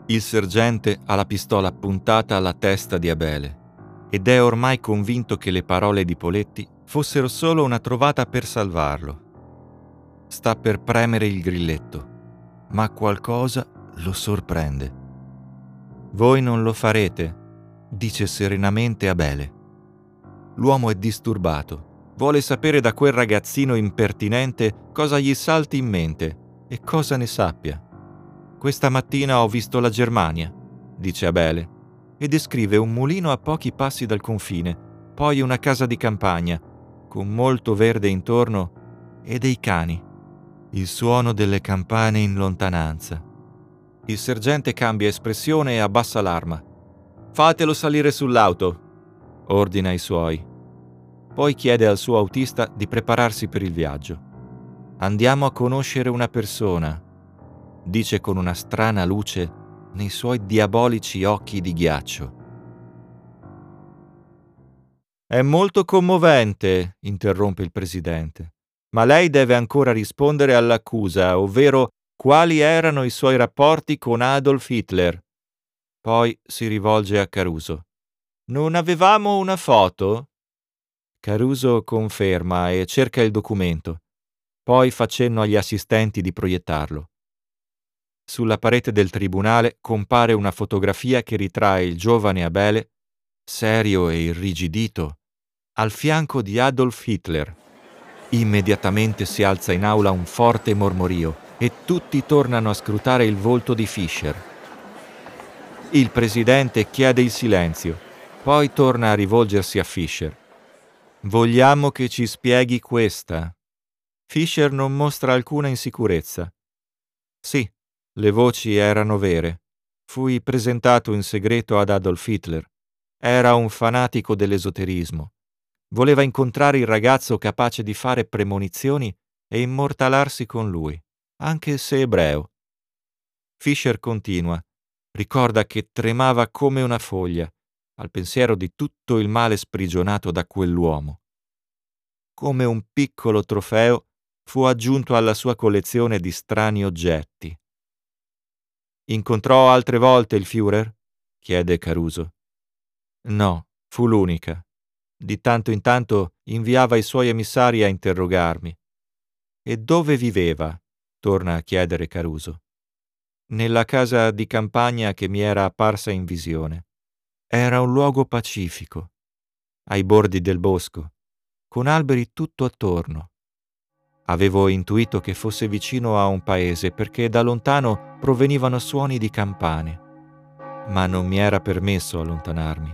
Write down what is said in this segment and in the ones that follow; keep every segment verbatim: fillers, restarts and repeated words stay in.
Il sergente ha la pistola puntata alla testa di Abele ed è ormai convinto che le parole di Poletti fossero solo una trovata per salvarlo. Sta per premere il grilletto, ma qualcosa lo sorprende. «Voi non lo farete», dice serenamente Abele. L'uomo è disturbato, vuole sapere da quel ragazzino impertinente cosa gli salti in mente e cosa ne sappia. «Questa mattina ho visto la Germania», dice Abele, e descrive un mulino a pochi passi dal confine, poi una casa di campagna, con molto verde intorno e dei cani. Il suono delle campane in lontananza. Il sergente cambia espressione e abbassa l'arma. «Fatelo salire sull'auto», ordina ai suoi. Poi chiede al suo autista di prepararsi per il viaggio. «Andiamo a conoscere una persona», dice con una strana luce nei suoi diabolici occhi di ghiaccio. «È molto commovente», interrompe il presidente, «ma lei deve ancora rispondere all'accusa, ovvero quali erano i suoi rapporti con Adolf Hitler». Poi si rivolge a Caruso. «Non avevamo una foto?» Caruso conferma e cerca il documento. Poi fa cenno agli assistenti di proiettarlo. Sulla parete del tribunale compare una fotografia che ritrae il giovane Abele, serio e irrigidito, al fianco di Adolf Hitler. Immediatamente si alza in aula un forte mormorio e tutti tornano a scrutare il volto di Fischer. Il presidente chiede il silenzio, poi torna a rivolgersi a Fischer. «Vogliamo che ci spieghi questa?» Fischer non mostra alcuna insicurezza. «Sì, le voci erano vere. Fui presentato in segreto ad Adolf Hitler. Era un fanatico dell'esoterismo. Voleva incontrare il ragazzo capace di fare premonizioni e immortalarsi con lui, anche se ebreo». Fischer continua. Ricorda che tremava come una foglia al pensiero di tutto il male sprigionato da quell'uomo. Come un piccolo trofeo fu aggiunto alla sua collezione di strani oggetti. «Incontrò altre volte il Führer?» chiede Caruso. «No, fu l'unica. Di tanto in tanto inviava i suoi emissari a interrogarmi». «E dove viveva?» torna a chiedere Caruso. «Nella casa di campagna che mi era apparsa in visione. Era un luogo pacifico, ai bordi del bosco, con alberi tutto attorno. Avevo intuito che fosse vicino a un paese perché da lontano provenivano suoni di campane, ma non mi era permesso allontanarmi».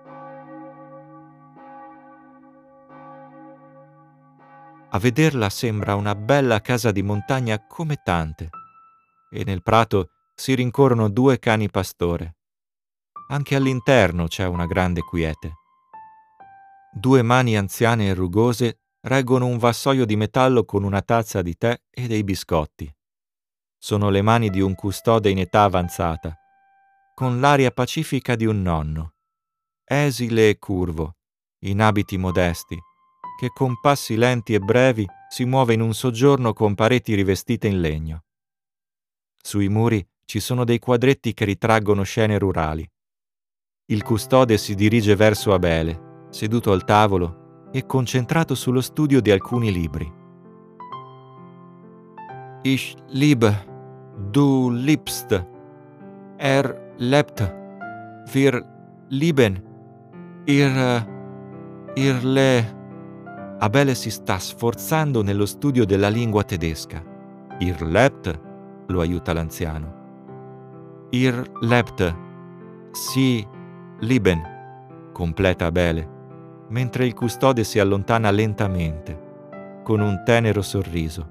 A vederla sembra una bella casa di montagna come tante, e nel prato si rincorrono due cani pastore. Anche all'interno c'è una grande quiete. Due mani anziane e rugose reggono un vassoio di metallo con una tazza di tè e dei biscotti. Sono le mani di un custode in età avanzata, con l'aria pacifica di un nonno, esile e curvo, in abiti modesti, che con passi lenti e brevi si muove in un soggiorno con pareti rivestite in legno. Sui muri ci sono dei quadretti che ritraggono scene rurali. Il custode si dirige verso Abele, seduto al tavolo e concentrato sullo studio di alcuni libri. «Ich liebe, du liebst, er lebt, wir lieben, ihr, ihr le...» Abele si sta sforzando nello studio della lingua tedesca. «Ihr lebt», lo aiuta l'anziano. «Ihr lebt, Sie lieben», completa Abele, mentre il custode si allontana lentamente, con un tenero sorriso.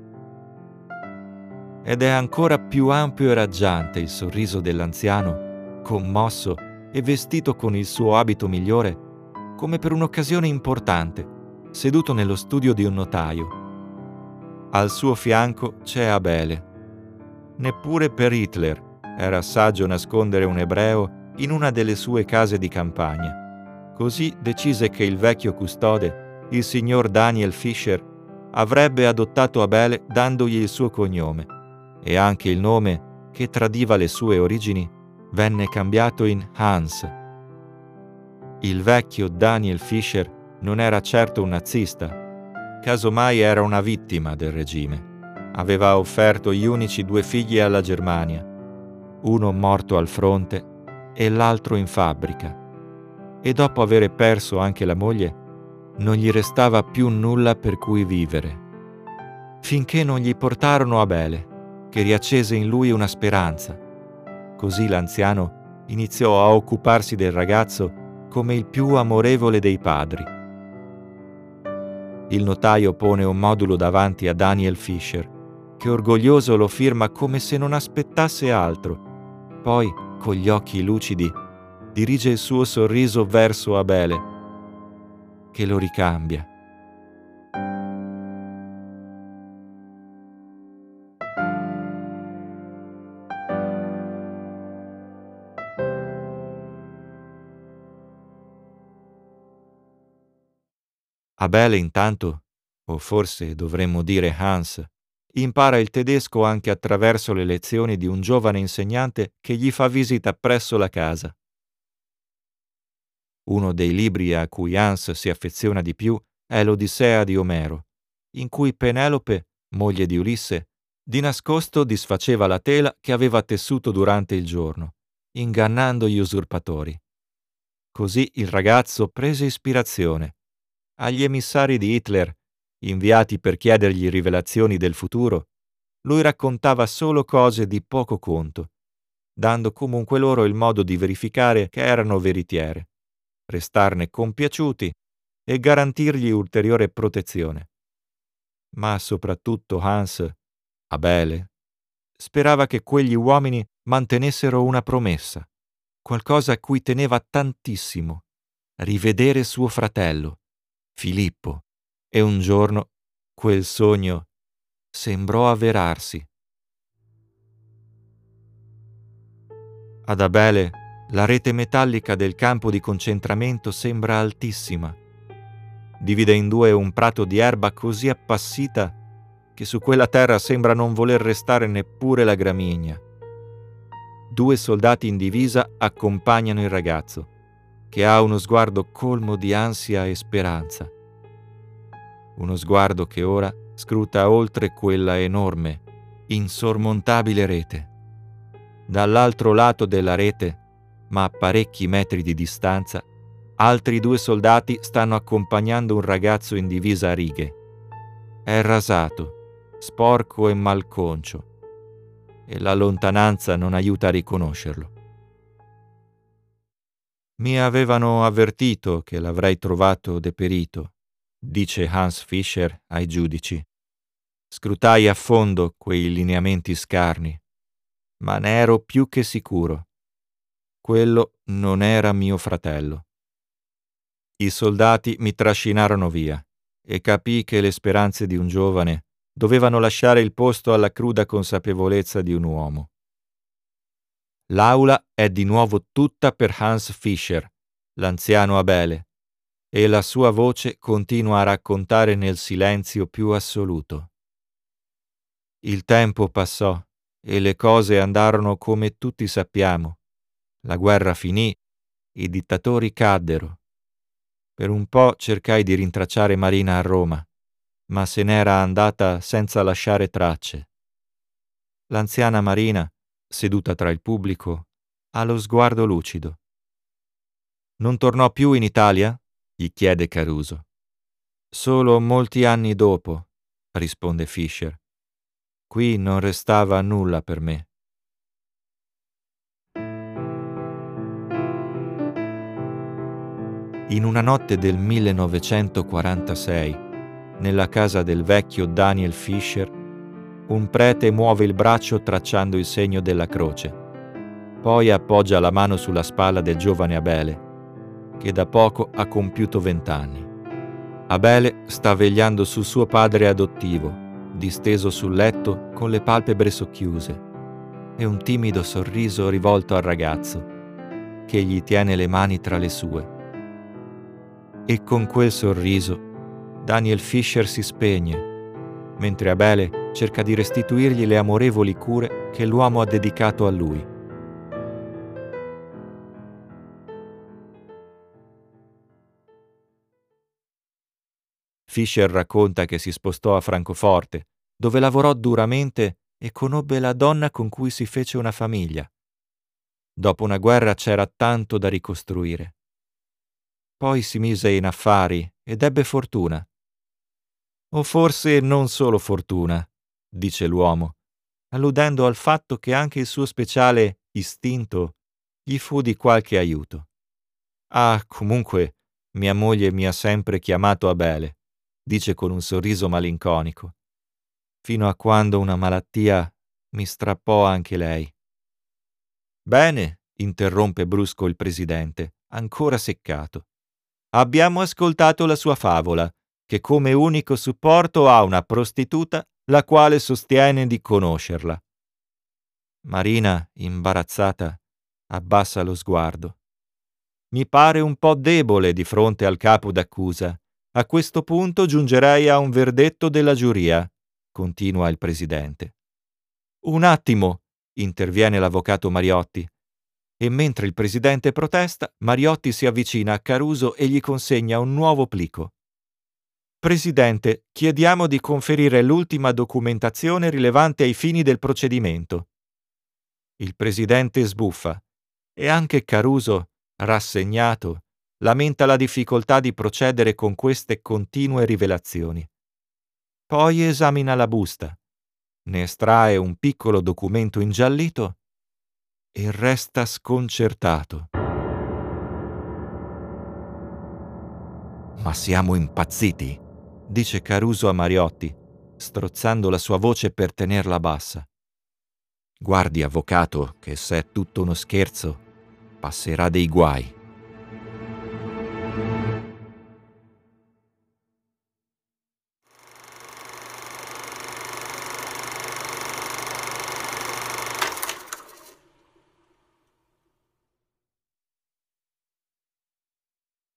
Ed è ancora più ampio e raggiante il sorriso dell'anziano, commosso e vestito con il suo abito migliore, come per un'occasione importante, seduto nello studio di un notaio. Al suo fianco c'è Abele. Neppure per Hitler era saggio nascondere un ebreo in una delle sue case di campagna. Così decise che il vecchio custode, il signor Daniel Fischer, avrebbe adottato Abele dandogli il suo cognome e anche il nome che tradiva le sue origini, venne cambiato in Hans. Il vecchio Daniel Fischer non era certo un nazista, casomai era una vittima del regime. Aveva offerto gli unici due figli alla Germania, uno morto al fronte e l'altro in fabbrica. E dopo aver perso anche la moglie, non gli restava più nulla per cui vivere. Finché non gli portarono Abele, che riaccese in lui una speranza. Così l'anziano iniziò a occuparsi del ragazzo come il più amorevole dei padri. Il notaio pone un modulo davanti a Daniel Fischer, che orgoglioso lo firma come se non aspettasse altro. Poi, con gli occhi lucidi, dirige il suo sorriso verso Abele, che lo ricambia. Abele intanto, o forse dovremmo dire Hans, impara il tedesco anche attraverso le lezioni di un giovane insegnante che gli fa visita presso la casa. Uno dei libri a cui Hans si affeziona di più è l'Odissea di Omero, in cui Penelope, moglie di Ulisse, di nascosto disfaceva la tela che aveva tessuto durante il giorno, ingannando gli usurpatori. Così il ragazzo prese ispirazione. Agli emissari di Hitler, inviati per chiedergli rivelazioni del futuro, lui raccontava solo cose di poco conto, dando comunque loro il modo di verificare che erano veritiere, restarne compiaciuti e garantirgli ulteriore protezione. Ma soprattutto Hans, Abele, sperava che quegli uomini mantenessero una promessa, qualcosa a cui teneva tantissimo, rivedere suo fratello, Filippo, e un giorno quel sogno sembrò avverarsi. Ad Abele la rete metallica del campo di concentramento sembra altissima. Divide in due un prato di erba così appassita che su quella terra sembra non voler restare neppure la gramigna. Due soldati in divisa accompagnano il ragazzo, che ha uno sguardo colmo di ansia e speranza. Uno sguardo che ora scruta oltre quella enorme, insormontabile rete. Dall'altro lato della rete, ma a parecchi metri di distanza, altri due soldati stanno accompagnando un ragazzo in divisa a righe. È rasato, sporco e malconcio, e la lontananza non aiuta a riconoscerlo. Mi avevano avvertito che l'avrei trovato deperito, dice Hans Fischer ai giudici. Scrutai a fondo quei lineamenti scarni, ma ne ero più che sicuro. Quello non era mio fratello. I soldati mi trascinarono via e capii che le speranze di un giovane dovevano lasciare il posto alla cruda consapevolezza di un uomo. L'aula è di nuovo tutta per Hans Fischer, l'anziano Abele, e la sua voce continua a raccontare nel silenzio più assoluto. Il tempo passò e le cose andarono come tutti sappiamo. La guerra finì, i dittatori caddero. Per un po' cercai di rintracciare Marina a Roma, ma se n'era andata senza lasciare tracce. L'anziana Marina, seduta tra il pubblico, ha lo sguardo lucido. «Non tornò più in Italia?» gli chiede Caruso. «Solo molti anni dopo», risponde Fischer. «Qui non restava nulla per me». In una notte del millenovecentoquarantasei, nella casa del vecchio Daniel Fischer, un prete muove il braccio tracciando il segno della croce. Poi appoggia la mano sulla spalla del giovane Abele, che da poco ha compiuto vent'anni. Abele sta vegliando su suo padre adottivo, disteso sul letto con le palpebre socchiuse e un timido sorriso rivolto al ragazzo, che gli tiene le mani tra le sue. E con quel sorriso Daniel Fischer si spegne, mentre Abele cerca di restituirgli le amorevoli cure che l'uomo ha dedicato a lui. Fischer racconta che si spostò a Francoforte, dove lavorò duramente e conobbe la donna con cui si fece una famiglia. Dopo una guerra c'era tanto da ricostruire. Poi si mise in affari ed ebbe fortuna. O forse non solo fortuna, dice l'uomo, alludendo al fatto che anche il suo speciale istinto gli fu di qualche aiuto. Ah, comunque, mia moglie mi ha sempre chiamato Abele, dice con un sorriso malinconico, fino a quando una malattia mi strappò anche lei. Bene, interrompe brusco il presidente, ancora seccato. Abbiamo ascoltato la sua favola, che come unico supporto ha una prostituta la quale sostiene di conoscerla. Marina, imbarazzata, abbassa lo sguardo. Mi pare un po' debole di fronte al capo d'accusa. A questo punto giungerei a un verdetto della giuria, continua il presidente. Un attimo, interviene l'avvocato Mariotti, e mentre il presidente protesta, Mariotti si avvicina a Caruso e gli consegna un nuovo plico. Presidente, chiediamo di conferire l'ultima documentazione rilevante ai fini del procedimento. Il presidente sbuffa e anche Caruso, rassegnato, lamenta la difficoltà di procedere con queste continue rivelazioni. Poi esamina la busta, ne estrae un piccolo documento ingiallito e resta sconcertato. Ma siamo impazziti, dice Caruso a Mariotti, strozzando la sua voce per tenerla bassa. Guardi, avvocato, che se è tutto uno scherzo, passerà dei guai.